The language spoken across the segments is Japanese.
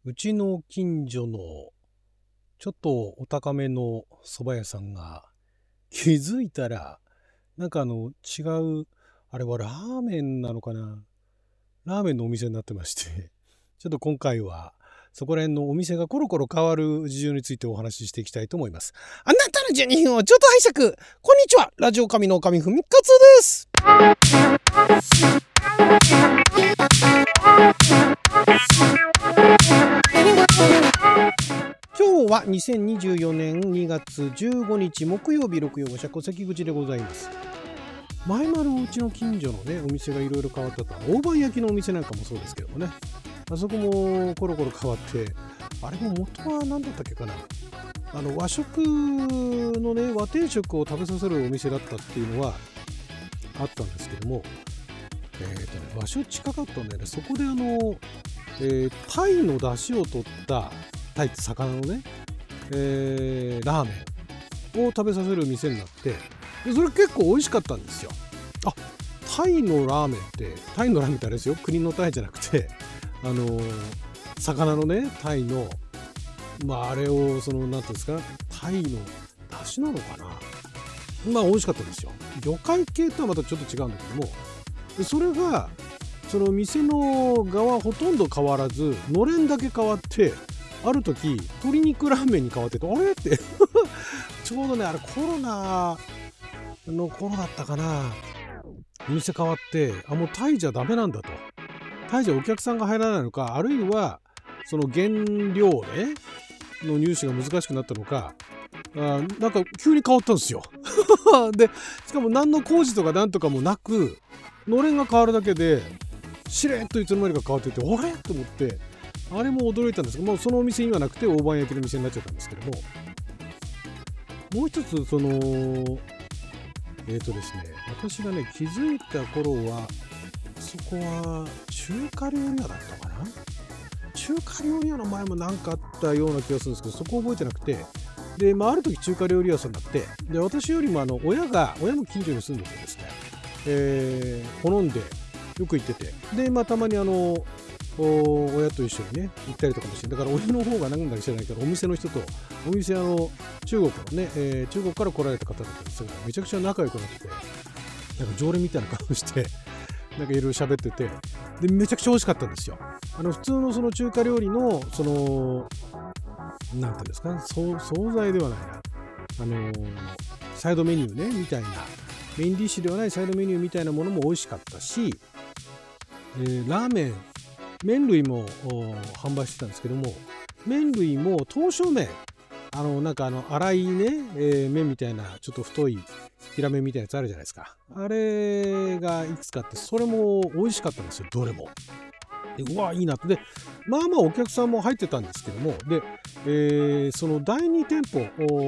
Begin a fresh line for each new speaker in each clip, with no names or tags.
うちの近所のちょっとお高めの蕎麦屋さんが気づいたら違う、あれはラーメンなのかな、ラーメンのお店になってまして、ちょっと今回はそこら辺のお店がコロコロ変わる事情についてお話ししていきたいと思います。あなたの12分をちょっと拝借。こんにちは、ラジオ神の神ふみかつです。今日は2024年2月15日木曜日、六曜五社小関口でございます。前丸うちの近所のね、お店がいろいろ変わったと、大判焼きのお店なんかもそうですけどもね、あそこもコロコロ変わって、あれも元は何だったっけかな、和食のね、和定食を食べさせるお店だったっていうのはあったんですけども、場所近かったんでね、そこでタイの出汁を取ったタイって魚のね、ラーメンを食べさせる店になって、でそれ結構美味しかったんですよ。あ、タイのラーメンって、タイのラーメンってあれですよ、国のタイじゃなくて魚のね、タイの、あれをなんていうんですか、タイの出汁なのかな、美味しかったんですよ。魚介系とはまたちょっと違うんだけども、でそれがその店の側ほとんど変わらず、のれんだけ変わって、ある時鶏肉ラーメンに変わってて、あれってちょうどね、あれコロナの頃だったかな、お店変わって、もうタイじゃダメなんだと、タイじゃお客さんが入らないのか、あるいはその原料ねの入手が難しくなったのか、なんか急に変わったんですよでしかも何の工事とかなんとかもなく、のれんが変わるだけでしれっといつの間にか変わってて、あれと思って、あれも驚いたんですけども、そのお店にはなくて大判焼きの店になっちゃったんですけども、もう一つですね、私がね気づいた頃は、そこは中華料理屋だったかな、中華料理屋の前も何かあったような気がするんですけど、そこ覚えてなくて、で、ある時中華料理屋さんになって、で私よりも親も近所に住んでてですね、好んでよく行ってて、でたまに親と一緒にね行ったりとかもして、だから親の方が何だか知らないけど、お店の人と、お店中国のね、中国から来られた方だったんですけど、めちゃくちゃ仲良くなってて、なんか常連みたいな顔してなんかいろいろ喋ってて、でめちゃくちゃ美味しかったんですよ。普通のその中華料理のなんていうんですか、惣菜ではないな、サイドメニューねみたいな、メインディッシュではないサイドメニューみたいなものも美味しかったし、ラーメン、麺類も販売してたんですけども、麺類も刀削麺、粗いね、麺みたいな、ちょっと太い平麺みたいなやつあるじゃないですか。あれがいくつかあって、それも美味しかったんですよ、どれも。で、うわいいなって。で、お客さんも入ってたんですけども、で、その第2店舗、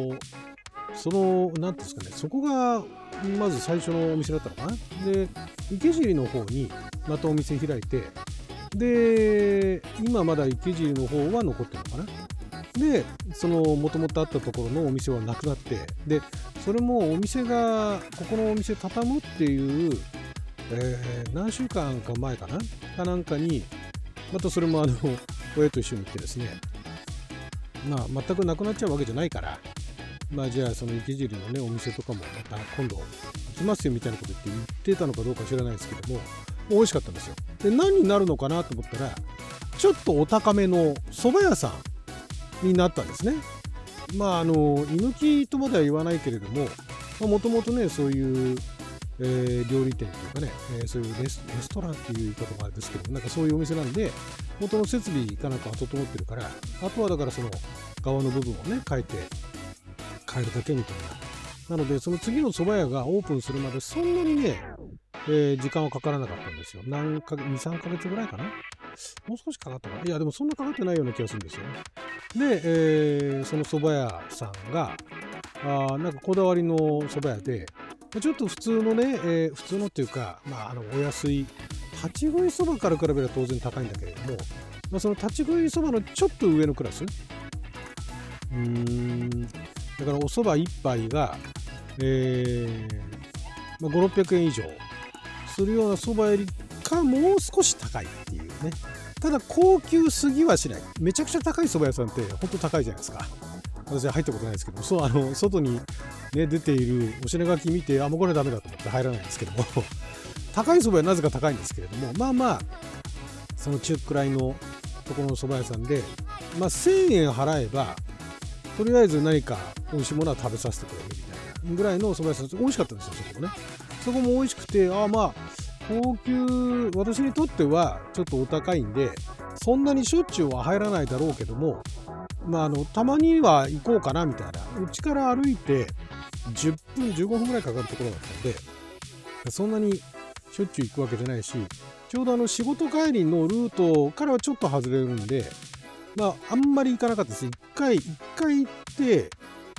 なんていうんですかね、そこがまず最初のお店だったのかな。で、池尻の方にまたお店開いて、で、今まだ池尻の方は残ってるのかな。で、もともとあったところのお店はなくなって、で、それもお店が、ここのお店畳むっていう、何週間か前かなんかに、またそれも親と一緒に行ってですね、全くなくなっちゃうわけじゃないから、じゃあその池尻のねお店とかもまた今度行きますよみたいなこと言ってたのかどうか知らないですけども、美味しかったんですよ。で、何になるのかなと思ったら、ちょっとお高めの蕎麦屋さんになったんですね。居抜きとまでは言わないけれども、もともとねそういう、料理店というかね、そういうレストランっていう言い方もあれですけど、なんかそういうお店なんで、元の設備かなんかは整ってるから、あとはだからその側の部分をね変えるだけみたいな。なので、その次の蕎麦屋がオープンするまでそんなにね、時間はかからなかったんですよ。2、3ヶ月ぐらいかな。もう少しかかったかな。いや、でもそんなかかってないような気がするんですよね。で、その蕎麦屋さんが、なんかこだわりの蕎麦屋で、ちょっと普通のね、普通のっていうか、お安い、立ち食いそばから比べれば当然高いんだけれども、その立ち食いそばのちょっと上のクラス、だからお蕎麦1杯が、5、600円以上するような蕎麦よりかもう少し高いっていうね。 ただ高級すぎはしない。めちゃくちゃ高い蕎麦屋さんって本当高いじゃないですか。私は入ったことないですけど、外に、ね、出ているお品書き見て、もうこれダメだと思って入らないんですけども高い蕎麦はなぜか高いんですけれども、その中くらいのところの蕎麦屋さんで、1000円払えばとりあえず何か美味しいものは食べさせてくれるみたいなぐらいの蕎麦屋さん、美味しかったんですよ。そこも美味しくて、高級、私にとってはちょっとお高いんで、そんなにしょっちゅうは入らないだろうけども、たまには行こうかなみたいな、うちから歩いて10分15分ぐらいかかるところだったので、そんなにしょっちゅう行くわけじゃないし、ちょうど仕事帰りのルートからはちょっと外れるんで、あんまり行かなかったです。一回行って、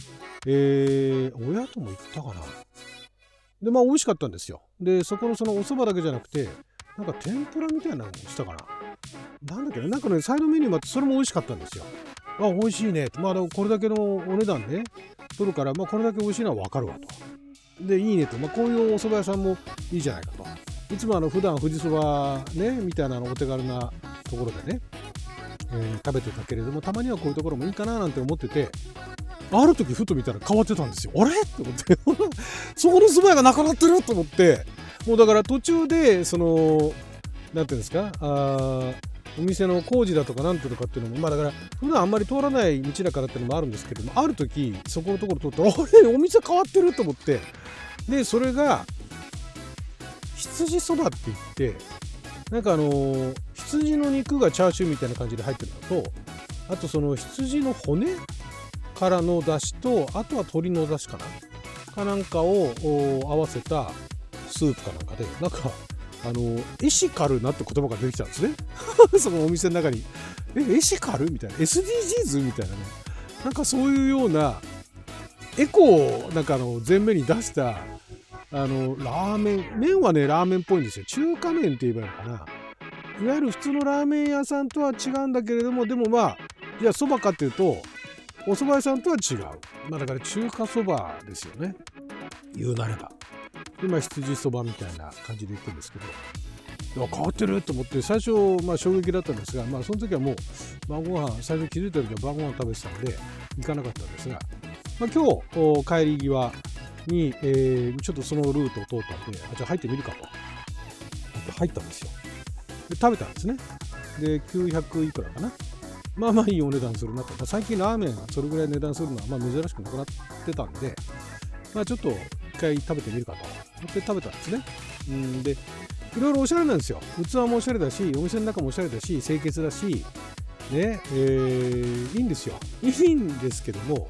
親とも行ったかな。で、美味しかったんですよ。で、そこのそのお蕎麦だけじゃなくて、なんか天ぷらみたいなのもしたかな。なんだっけね、なんかね、サイドメニューもあって、それも美味しかったんですよ。美味しいね。これだけのお値段ね、取るから、これだけ美味しいのは分かるわと。で、いいねと。こういうお蕎麦屋さんもいいじゃないかと。いつも普段富士そばね、みたいなお手軽なところでね、食べてたけれども、たまにはこういうところもいいかななんて思ってて、ある時ふと見たら変わってたんですよ。あれって思ってそこの蕎麦屋がなくなってると思って、もうだから途中でなんていうんですか、お店の工事だとかなんとかっていうのも、だから普段あんまり通らない道だからっていうのもあるんですけども、ある時そこのところ通って、あれお店変わってると思って、でそれが羊そばって言って、なんか羊の肉がチャーシューみたいな感じで入ってるのと、あとその羊の骨からの出汁と、あとは鶏の出汁かなんかを合わせたスープかなんかで、なんかエシカルなって言葉が出てきたんですねそのお店の中に。エシカルみたいな、 SDGs みたいなね、なんかそういうようなエコをなんか前面に出したラーメン、麺はねラーメンっぽいんですよ。中華麺って言えばいいのかな。いわゆる普通のラーメン屋さんとは違うんだけれども、でもじゃあそばかっていうとお蕎麦屋さんとは違う。だから中華そばですよね、言うなれば。今羊そばみたいな感じで言ってるんですけど、変わってると思って最初衝撃だったんですが、その時はもう晩ご飯、最初気づいた時は晩ご飯食べてたんで行かなかったんですが、今日帰り際に、ちょっとそのルートを通ったんで、じゃあ入ってみるかと入ったんですよ。で食べたんですね。で900いくらかな。いいお値段するなと。最近ラーメンそれぐらい値段するのは珍しくなくなってたんで、ちょっと一回食べてみるかと思って食べたんですね。でいろいろおしゃれなんですよ。器もおしゃれだし、お店の中もおしゃれだし、清潔だしね、いいんですよ。いいんですけども、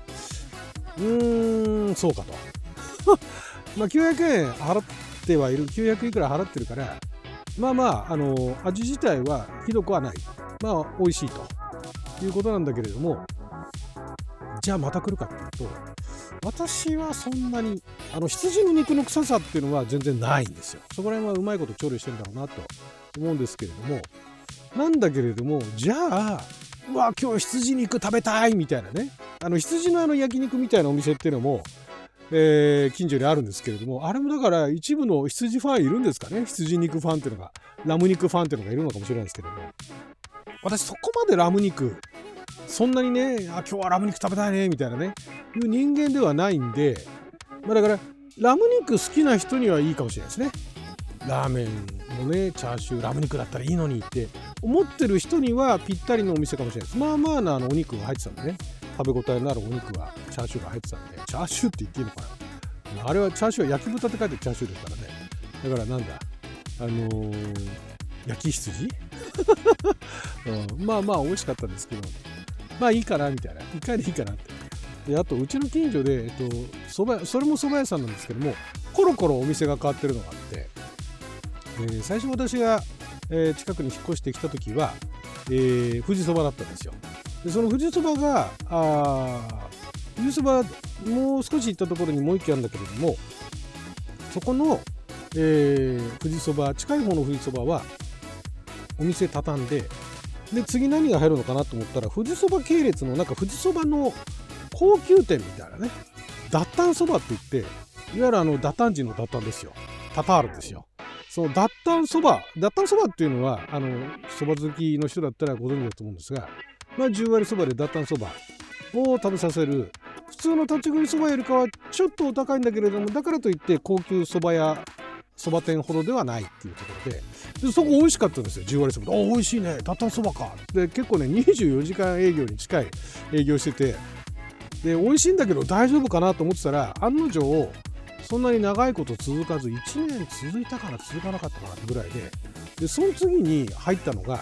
そうかと900円払ってはいる、900いくら払ってるから、味自体はひどくはない、美味しいということなんだけれども、じゃあまた来るかっていうと、私はそんなに羊の肉の臭さっていうのは全然ないんですよ。そこら辺はうまいこと調理してるんだろうなと思うんですけれども、なんだけれども、じゃあ今日羊肉食べたいみたいなね、羊の焼肉みたいなお店っていうのも、近所にあるんですけれども、あれもだから一部の羊ファンいるんですかね。羊肉ファンっていうのが、ラム肉ファンっていうのがいるのかもしれないですけれども、私そこまでラム肉そんなにね、今日はラム肉食べたいねみたいなねいう人間ではないんで、だからラム肉好きな人にはいいかもしれないですね。ラーメンのねチャーシューラム肉だったらいいのにって思ってる人にはぴったりのお店かもしれないです。なお肉が入ってたんでね、食べ応えのあるお肉はチャーシューが入ってたんで、チャーシューって言っていいのかな、あれはチャーシューは焼き豚って書いてるチャーシューですからね。だからなんだ焼き羊美味しかったんですけど、いいかなみたいな、一回でいいかなって。であとうちの近所で、それも蕎麦屋さんなんですけども、コロコロお店が変わってるのがあって、最初私が、近くに引っ越してきた時は、富士そばだったんですよ。でその富士そばが富士そばもう少し行ったところにもう一軒あるんだけれども、そこの、富士そば、近い方の富士そばはお店畳んで、次何が入るのかなと思ったら、富士そば系列のなんか富士そばの高級店みたいなね、ダッタンそばって言って、いわゆるダッタン人のダッタンですよ、タタールですよ。 その脱炭そばっていうのはそば好きの人だったらご存知だと思うんですが、10割そばで脱炭そばを食べさせる、普通の立ち食いそばよりかはちょっとお高いんだけれども、だからといって高級そば屋そば店ほどではないっていうところで、そこ美味しかったんですよ。10割そばで、美味しいね、脱炭そばかで、結構ね24時間営業に近い営業してて、で美味しいんだけど大丈夫かなと思ってたら、案の定そんなに長いこと続かず、1年続いたかな続かなかったかなぐらいで、その次に入ったのが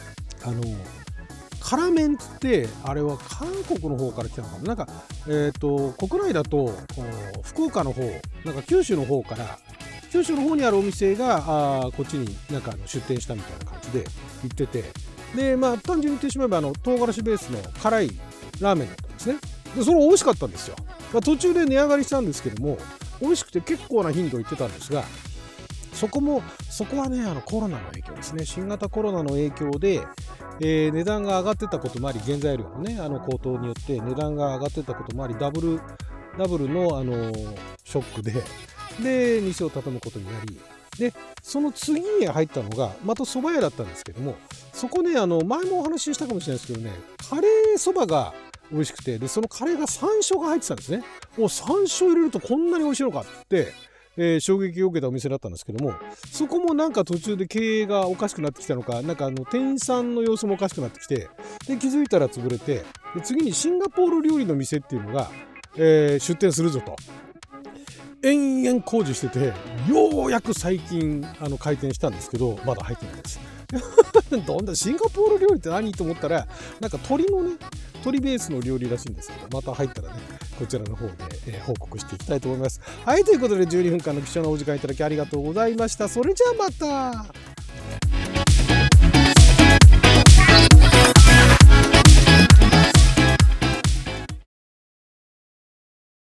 辛麺っつって、あれは韓国の方から来たのかな、なんか国内だと福岡の方、なんか九州の方にあるお店がこっちになんか出店したみたいな感じで行ってて、で単純に言ってしまえば唐辛子ベースの辛いラーメンだったんですね。でそれ美味しかったんですよ。途中で値上がりしたんですけども、美味しくて結構な頻度行ってたんですが、そこはねコロナの影響ですね。新型コロナの影響で、値段が上がってたこともあり、原材料のね高騰によって値段が上がってたこともあり、ダブルのショックで店を畳むことになり、でその次に入ったのがまた蕎麦屋だったんですけども、そこね前もお話ししたかもしれないですけどね、カレーそばが美味しくて、でそのカレーが山椒が入ってたんですね。山椒入れるとこんなに美味しいのかって、衝撃を受けたお店だったんですけども、そこもなんか途中で経営がおかしくなってきたのか、なんか店員さんの様子もおかしくなってきて、で気づいたら潰れて、で次にシンガポール料理の店っていうのが、出店するぞと延々工事してて、ようやく最近開店したんですけど、まだ入ってないですどんなシンガポール料理って何と思ったら、なんか鶏ベースの料理らしいんですけど、また入ったらねこちらの方で、報告していきたいと思います。はい、ということで12分間の貴重なお時間いただきありがとうございました。それじゃあまた。